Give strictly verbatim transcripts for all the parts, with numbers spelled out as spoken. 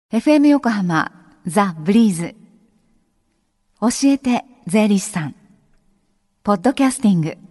エフエム 横浜ザ・ブリーズ教えて税理士さんポッドキャスティング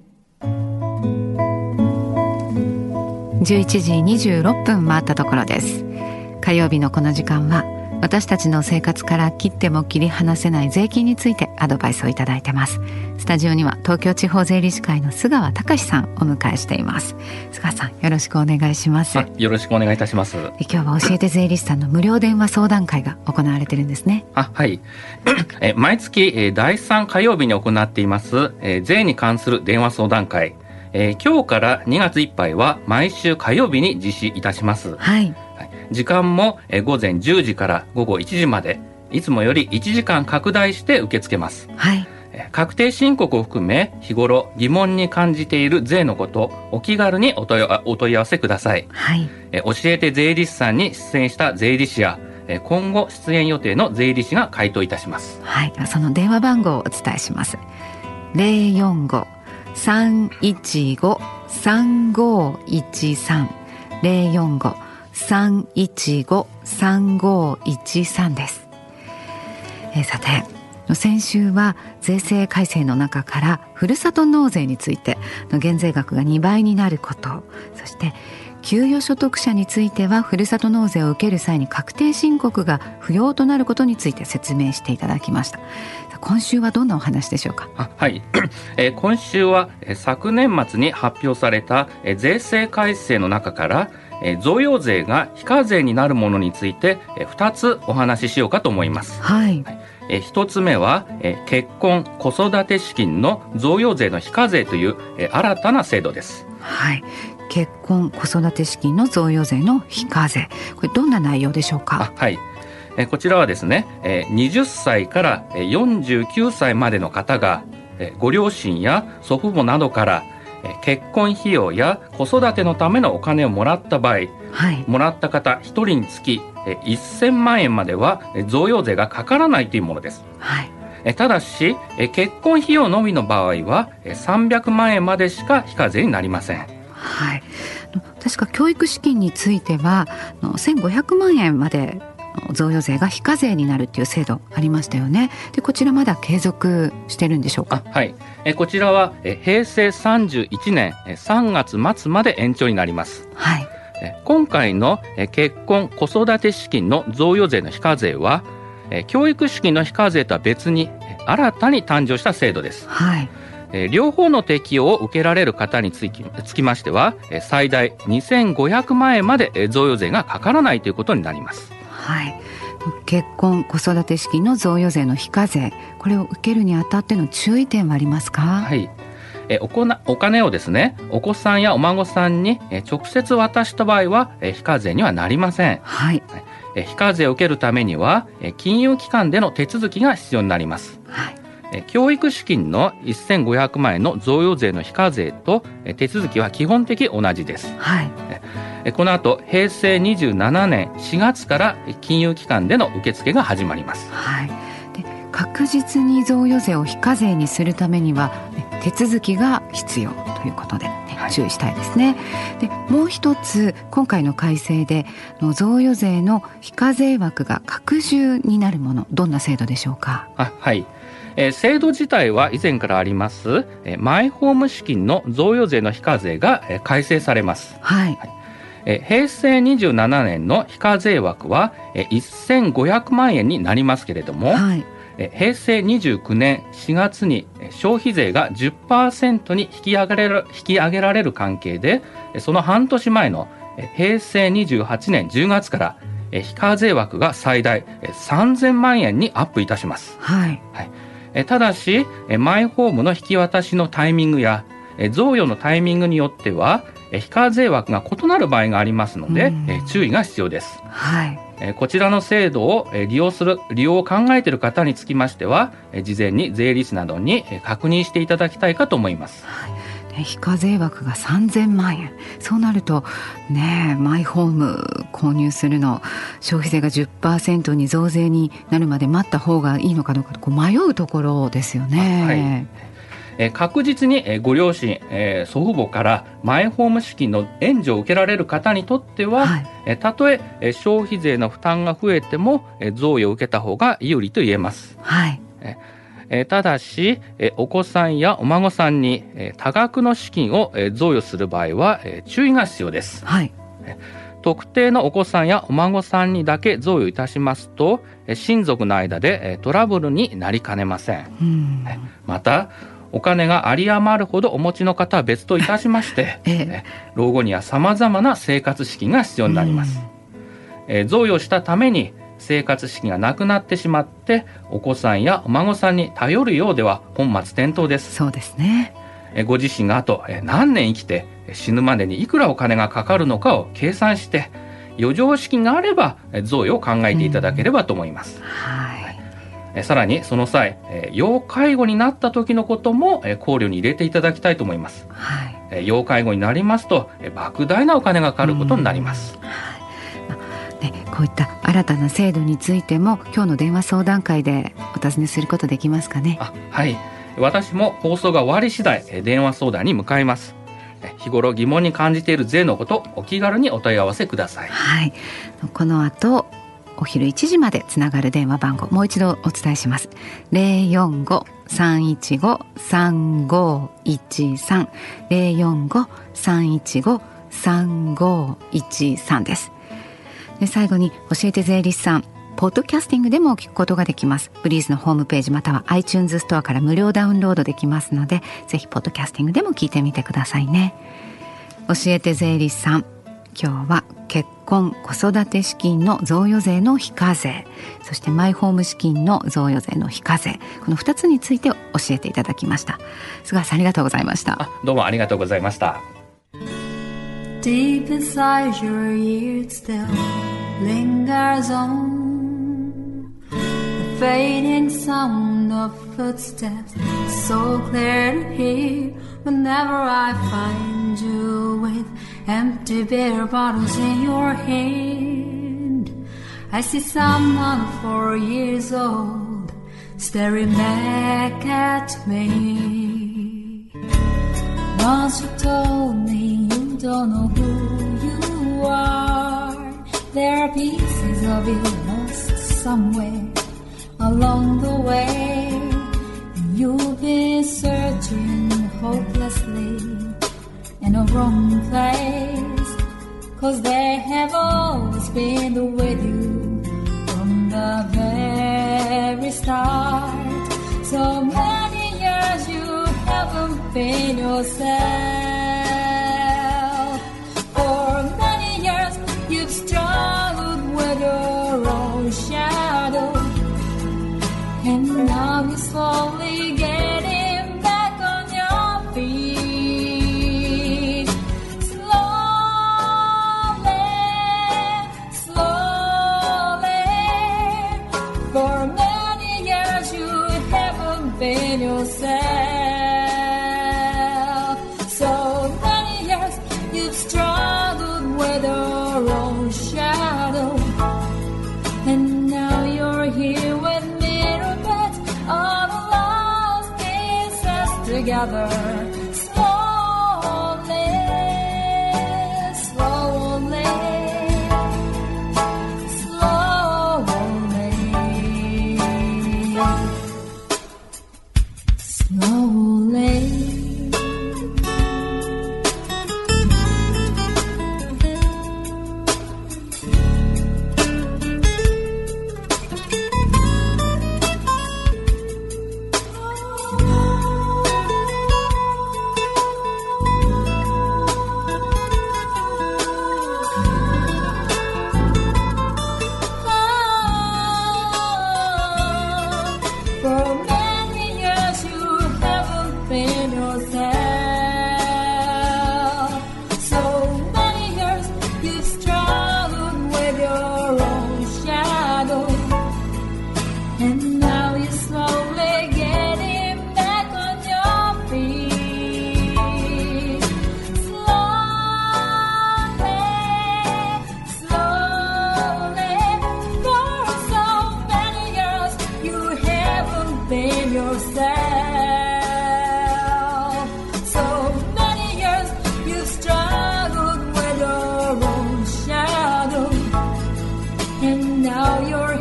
じゅういちじにじゅうろっぷん回ったところです。火曜日のこの時間は私たちの生活から切っても切り離せない税金についてアドバイスをいただいてます。スタジオには東京地方税理士会の須川隆さんをお迎えしています。須川さん、よろしくお願いします。 よろしくお願いいたします。 今日は教えて税理士さんの無料電話相談会が行われてるんですね。 あ、はいえ毎月だいさん火曜日に行っていますえ税に関する電話相談会、えー、今日からにがついっぱいは毎週火曜日に実施いたします。 はい、 時間も午前じゅうじから午後いちじまで、いつもよりいちじかん拡大して受け付けます。 はい、 確定申告を含め日頃疑問に感じている税のこと、お気軽にお問い、お問い合わせください。 はい、 教えて税理士さんに出演した税理士や今後出演予定の税理士が回答いたします。 はい、その電話番号をお伝えします。 ゼロよんご さんいちご さんごいちさん ゼロよんご さんいちご さんごいちさんです。えー、さて先週は税制改正の中からふるさと納税についての減税額がにばいになること、そして給与所得者についてはふるさと納税を受ける際に確定申告が不要となることについて説明していただきました。今週はどんなお話でしょうか。 あ、はい、えー、今週は昨年末に発表された税制改正の中から贈与税が非課税になるものについてふたつお話ししようかと思います。 はい、 えひとつめはえ結婚子育て資金の贈与税の非課税というえ新たな制度です。 はい、結婚子育て資金の贈与税の非課税、これどんな内容でしょうか。 あ、はい、えこちらはですね、えはたちからよんじゅうきゅうさいまでの方がえご両親や祖父母などから結婚費用や子育てのためのお金をもらった場合、 はい、 もらった方ひとりにつきせんまんえんまでは贈与税がかからないというものです。 はい、 ただし結婚費用のみの場合はさんびゃくまんえんまでしか非課税になりません。 はい、確か教育資金についてはせんごひゃくまんえんまで贈与税が非課税になるっていう制度ありましたよね。でこちらまだ継続してるんでしょうか。 あ、はい、えこちらはえ平成さんじゅういちねんさんがつ末まで延長になります。 はい、 え今回のえ結婚子育て資金の贈与税の非課税はえ教育資金の非課税とは別に新たに誕生した制度です。 はい、 え両方の適用を受けられる方につき、つきましては最大にせんごひゃくまんえんまで贈与税がかからないということになります。 はい、結婚子育て資金の贈与税の非課税、これを受けるにあたっての注意点はありますか。 はい、えおこなお金をですね、お子さんやお孫さんにえ直接渡した場合はえ非課税にはなりません。 はい、 え非課税を受けるためにはえ金融機関での手続きが必要になります。 はい、 え教育資金のせんごひゃくまんえんの贈与税の非課税とえ手続きは基本的同じです。 はい、 えこの後平成にじゅうななねんしがつから金融機関での受付が始まります。 はい、で確実に贈与税を非課税にするためには手続きが必要ということで、ね、はい、注意したいですね。でもう一つ今回の改正での贈与税の非課税枠が拡充になるもの、どんな制度でしょうか。 あ、はい、えー、制度自体は以前からあります、えー、マイホーム資金の贈与税の非課税が、えー、改正されます。 はい、 はい、えー、平成にじゅうななねんの非課税枠は、えー、せんごひゃくまんえんになりますけれども、 はい、 えー、平成にじゅうきゅうねんしがつに消費税が じゅっパーセント に引き上げられる、引き上げられる関係で、その半年前の平成にじゅうはちねんじゅうがつから非課税枠が最大さんぜんまんえんにアップいたします。 はい、 はい、ただしマイホームの引き渡しのタイミングや贈与のタイミングによっては非課税枠が異なる場合がありますので注意が必要です。 はい、 こちらの制度を利用する利用を考えている方につきましては事前に税理士などに確認していただきたいかと思います。 はい、非課税枠がさんぜんまんえん、そうなるとね、マイホーム購入するの消費税が じゅっパーセント に増税になるまで待った方がいいのかどうかこう迷うところですよね。 はい、 えー、確実に、えー、ご両親、えー、祖父母からマイホーム資金の援助を受けられる方にとっては、はい、えー、たとええー、消費税の負担が増えても、えー、贈与を受けた方が有利と言えます。 はい。 えー、ただし、えー、お子さんやお孫さんに、えー、多額の資金を、えー、贈与する場合は、えー、注意が必要です。 はい。 えー特定のお子さんやお孫さんにだけ贈与いたしますと、親族の間でトラブルになりかねません。 うん、 またお金が有り余るほどお持ちの方は別といたしまして、ええ、老後にはさまざまな生活資金が必要になります。えー、贈与したために生活資金がなくなってしまってお子さんやお孫さんに頼るようでは本末転倒です。 そうですね。 えー、ご自身があと何年生きて死ぬまでにいくらお金がかかるのかを計算して余剰資金があれば贈与を考えていただければと思います。 うん、はい。 えさらにその際、要介護になった時のことも考慮に入れていただきたいと思います。 はい。 要介護になりますと莫大なお金がかかることになります。 うん、はい。ね、こういった新たな制度についても今日の電話相談会でお尋ねすることできますかね。 あ、はい。私も放送が終わり次第電話相談に向かいます。日頃疑問に感じている税のことお気軽にお問い合わせください。 はい。この後お昼いちじまでつながる電話番号もう一度お伝えします。 ゼロよんご さんいちご さんごいちさん ゼロよんご さんいちご さんごいちさん です。で最後に教えて税理士さん、ポッドキャスティングでも聞くことができます。ブリーズのホームページまたは iTunes ストアから無料ダウンロードできますので、ぜひポッドキャスティングでも聞いてみてくださいね。教えて税理士さん、今日は結婚子育て資金の贈与税の非課税、そしてマイホーム資金の贈与税の非課税、このふたつについて教えていただきました。菅さんありがとうございました。 あ、どうもありがとうございました。 Deep inside your ears still lingers on fading sound of footsteps, so clear to hear whenever I find you with empty beer bottles in your hand. I see someone four years old staring back at me. Once you told me you don't know who you are, there are pieces of you lost somewhere.Along the way, you've been searching hopelessly in a wrong place, 'cause they have always been with you from the very start. So many years you haven't been yourself. For many years you've struggled with your own shadow.And now you're slowly getting back on your feet. Slowly, slowly. For many years you haven't been yourself. So many years you've struggled with your own shadow. And now you're here with me.All the lost pieces together, slowly, slowly, slowly, slowly.Slowly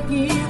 here